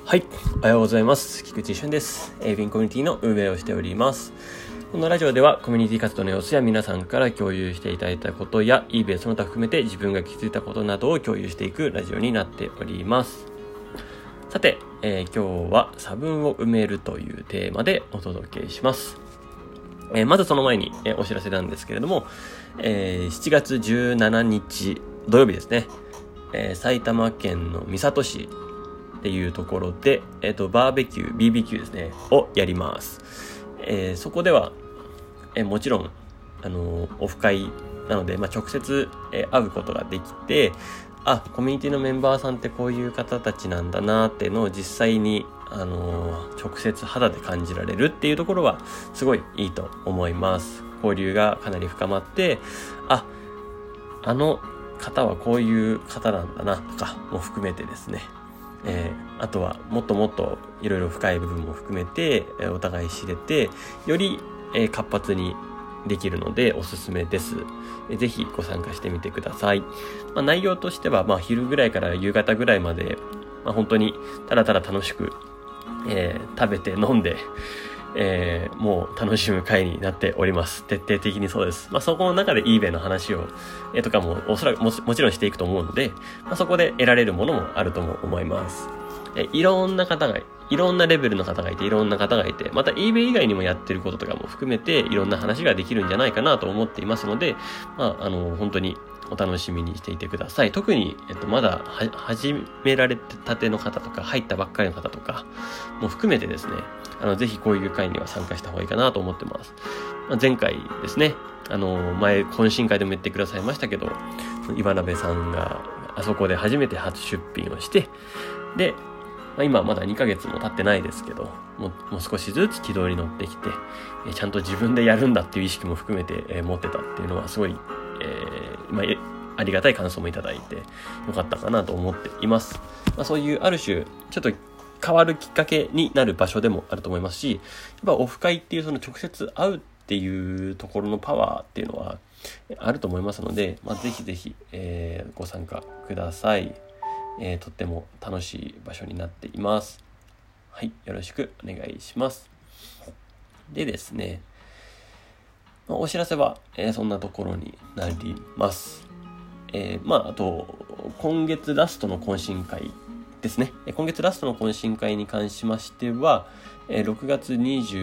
はい、おはようございます。菊池俊です。Winコミュニティの運営をしております。このラジオではコミュニティ活動の様子や皆さんから共有していただいたことや eBay その他含めて自分が気づいたことなどを共有していくラジオになっております。さて、今日は差分を埋めるというテーマでお届けします。まずその前に、お知らせなんですけれども、7月17日土曜日ですね、埼玉県の三郷市っていうところで、バーベキュー BBQ ですねをやります。そこでは、もちろんオフ会なので、直接、会うことができて、コミュニティのメンバーさんってこういう方たちなんだなっていうのを実際に直接肌で感じられるっていうところはすごいいいと思います。交流がかなり深まって、あの方はこういう方なんだなとかも含めてですね、あとはもっともっといろいろ深い部分も含めて、お互い知れてより、活発にできるのでおすすめです。ぜひご参加してみてください。内容としては、昼ぐらいから夕方ぐらいまで、本当にただただ楽しく、食べて飲んで、もう楽しむ会になっております。徹底的にそうです。そこの中で eBay の話を、とかもおそらく もちろんしていくと思うので、そこで得られるものもあるとも思います。いろんな方がいろんなレベルの方がいて、いろんな方がいて、また eBay 以外にもやってることとかも含めて、いろんな話ができるんじゃないかなと思っていますので、本当にお楽しみにしていてください。特に、まだ始められたての方とか、入ったばっかりの方とかも含めてですね、ぜひこういう会には参加した方がいいかなと思ってます。前回ですね、懇親会でも言ってくださいましたけど、岩鍋さんがあそこで初めて初出品をして、で、今まだ2ヶ月も経ってないですけど、もう少しずつ軌道に乗ってきて、ちゃんと自分でやるんだっていう意識も含めて、持ってたっていうのはすごい、ありがたい感想もいただいてよかったかなと思っています。そういうある種ちょっと変わるきっかけになる場所でもあると思いますし、やっぱオフ会っていうその直接会うっていうところのパワーっていうのはあると思いますので、ぜひぜひ、ご参加ください。とっても楽しい場所になっています。はい、よろしくお願いします。でですね、お知らせは、そんなところになります。あと今月ラストの懇親会ですね。今月ラストの懇親会に関しましては、6月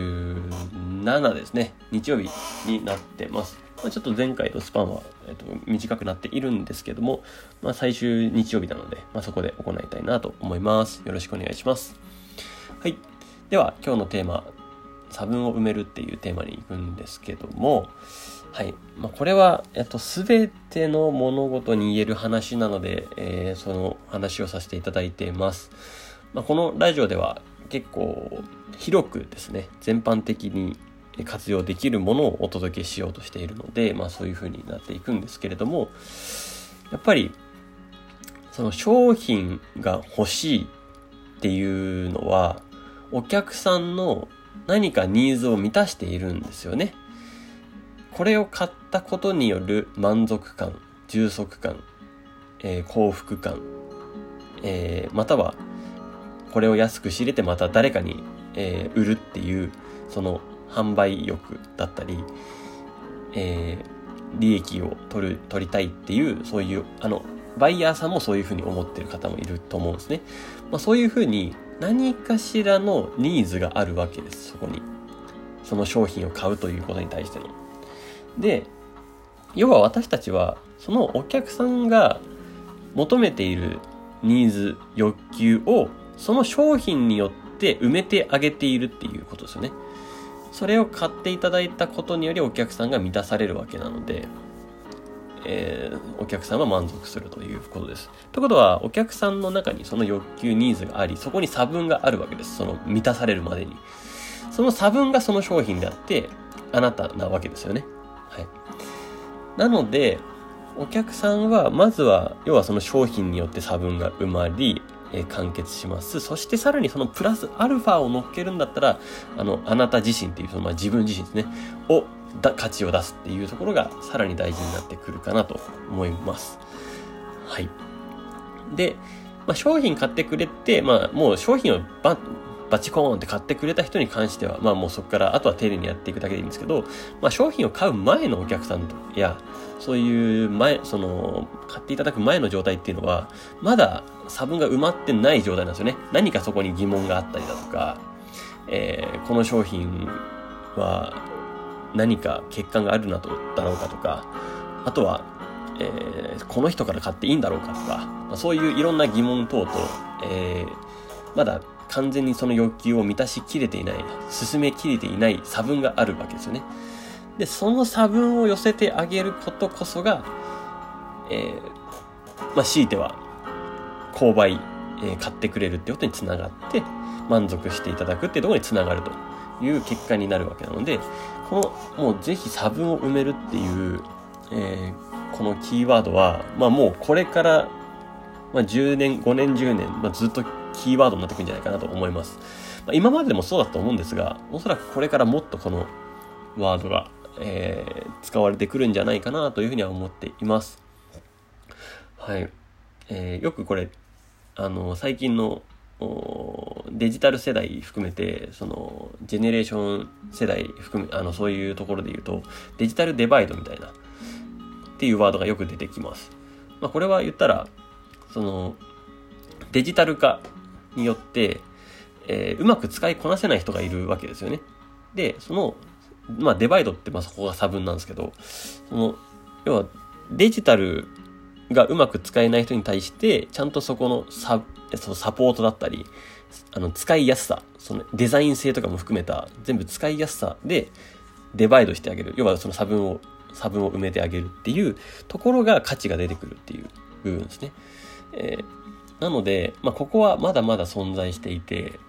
27ですね、日曜日になってます。ちょっと前回とスパンは、短くなっているんですけども、最終日曜日なので、そこで行いたいなと思います。よろしくお願いします。はい。では今日のテーマ、差分を埋めるっていうテーマに行くんですけども、はい。これは、全ての物事に言える話なので、その話をさせていただいています。このラジオでは結構広くですね、全般的に活用できるものをお届けしようとしているので、そういう風になっていくんですけれども、やっぱりその商品が欲しいっていうのはお客さんの何かニーズを満たしているんですよね。これを買ったことによる満足感、充足感、幸福感、またはこれを安く仕入れてまた誰かに、売るっていうその販売欲だったり、利益を取りたいっていうそういうバイヤーさんもそういうふうに思ってる方もいると思うんですね。そういうふうに何かしらのニーズがあるわけです。そこにその商品を買うということに対しての。で、要は私たちはそのお客さんが求めているニーズ、欲求をその商品によって埋めてあげているっていうことですよね。それを買っていただいたことによりお客さんが満たされるわけなので、お客さんは満足するということです。ということはお客さんの中にその欲求、ニーズがあり、そこに差分があるわけです。その満たされるまでに。その差分がその商品であってあなたなわけですよね。はい。なのでお客さんはまずは要はその商品によって差分が生まれ、完結します。そしてさらにそのプラスアルファを乗っけるんだったらあなた自身っていうその自分自身ですねを価値を出すっていうところがさらに大事になってくるかなと思います。はい。で、 商品買ってくれて、もう商品をバチコーンって買ってくれた人に関しては、もうそこからあとは丁寧にやっていくだけでいいんですけど、商品を買う前のお客さんや、そういう買っていただく前の状態っていうのは、まだ差分が埋まってない状態なんですよね。何かそこに疑問があったりだとか、この商品は何か欠陥があるだろうかとか、あとは、この人から買っていいんだろうかとか、そういういろんな疑問等々、まだ完全にその欲求を満たしきれていない、進めきれていない差分があるわけですよね。で、その差分を寄せてあげることこそが、強いては購買、買ってくれるってことにつながって満足していただくっていうところにつながるという結果になるわけなので、もうぜひ差分を埋めるっていう、このキーワードは、もうこれから、10年、5年、10年、ずっとキーワードになってくるんじゃないかなと思います。今まででもそうだと思うんですが、おそらくこれからもっとこのワードが、使われてくるんじゃないかなというふうには思っています。はい。よくこれ、最近のデジタル世代含めて、そのジェネレーション世代含め、そういうところで言うと、デジタルデバイドみたいなっていうワードがよく出てきます。これは言ったら、そのデジタル化によって、うまく使いこなせない人がいるわけですよね。で、そのデバイドってそこが差分なんですけど、要はデジタルがうまく使えない人に対してちゃんとそのサポートだったり、使いやすさ、そのデザイン性とかも含めた全部使いやすさでデバイドしてあげる。要はその差分を埋めてあげるっていうところが価値が出てくるっていう部分ですね。なので、ここはまだまだ存在していて、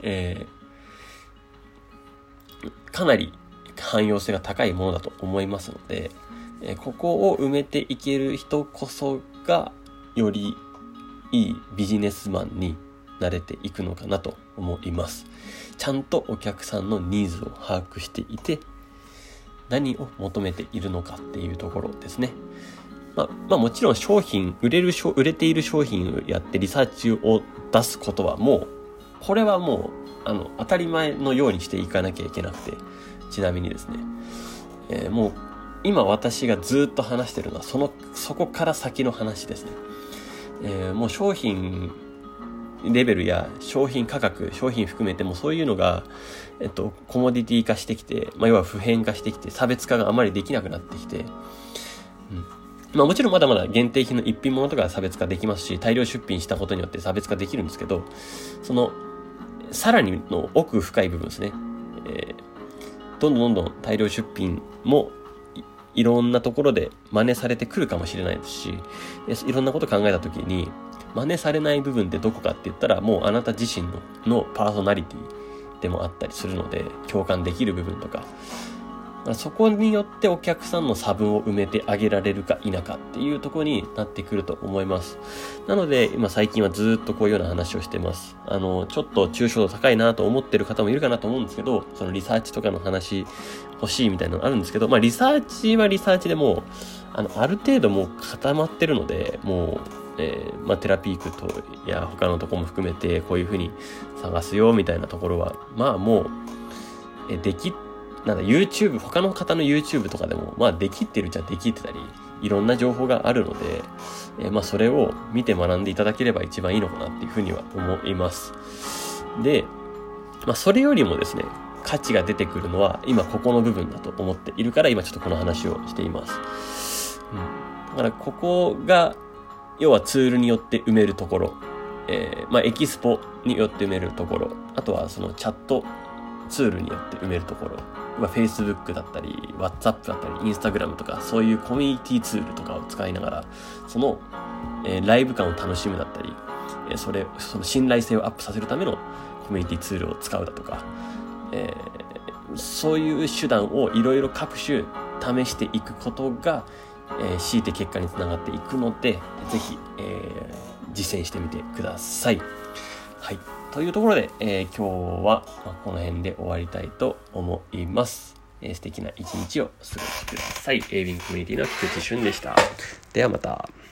かなり汎用性が高いものだと思いますので、ここを埋めていける人こそがよりいいビジネスマンになれていくのかなと思います。ちゃんとお客さんのニーズを把握していて、何を求めているのかっていうところですね。もちろん売れている商品をやってリサーチを出すことはこれは当たり前のようにしていかなきゃいけなくて、ちなみにですね、もう今私がずっと話してるのはそこから先の話ですね。もう商品レベルや商品価格、商品含めてもそういうのが、コモディティ化してきて、要は普遍化してきて、差別化があまりできなくなってきて、もちろんまだまだ限定品の一品物とかは差別化できますし、大量出品したことによって差別化できるんですけど、そのさらにの奥深い部分ですね。どんどん大量出品もいろんなところで真似されてくるかもしれないですし、いろんなことを考えたときに真似されない部分ってどこかって言ったら、もうあなた自身のパーソナリティでもあったりするので、共感できる部分とか、そこによってお客さんの差分を埋めてあげられるか否かっていうところになってくると思います。なので今最近はずっとこういうような話をしてます。ちょっと抽象度高いなと思ってる方もいるかなと思うんですけど、そのリサーチとかの話欲しいみたいなのあるんですけど、リサーチはリサーチでもある程度もう固まってるので、もうテラピークとや他のところも含めてこういう風に探すよみたいなところはもうYouTube、他の方の YouTube とかでもできってるじゃできってたり、いろんな情報があるので、それを見て学んでいただければ一番いいのかなっていうふうには思います。で、それよりもですね、価値が出てくるのは今ここの部分だと思っているから今ちょっとこの話をしています。だからここが要はツールによって埋めるところ、エキスポによって埋めるところ、あとはそのチャットツールによって埋めるところ、Facebook だったり WhatsApp だったり Instagram とかそういうコミュニティツールとかを使いながらその、ライブ感を楽しむだったり、その信頼性をアップさせるためのコミュニティツールを使うだとか、そういう手段をいろいろ各種試していくことが、強いて結果につながっていくので、ぜひ、実践してみてください。はい。というところで、今日はこの辺で終わりたいと思います。素敵な一日をお過ごしください。ウィンコミュニティの菊池俊でした。ではまた。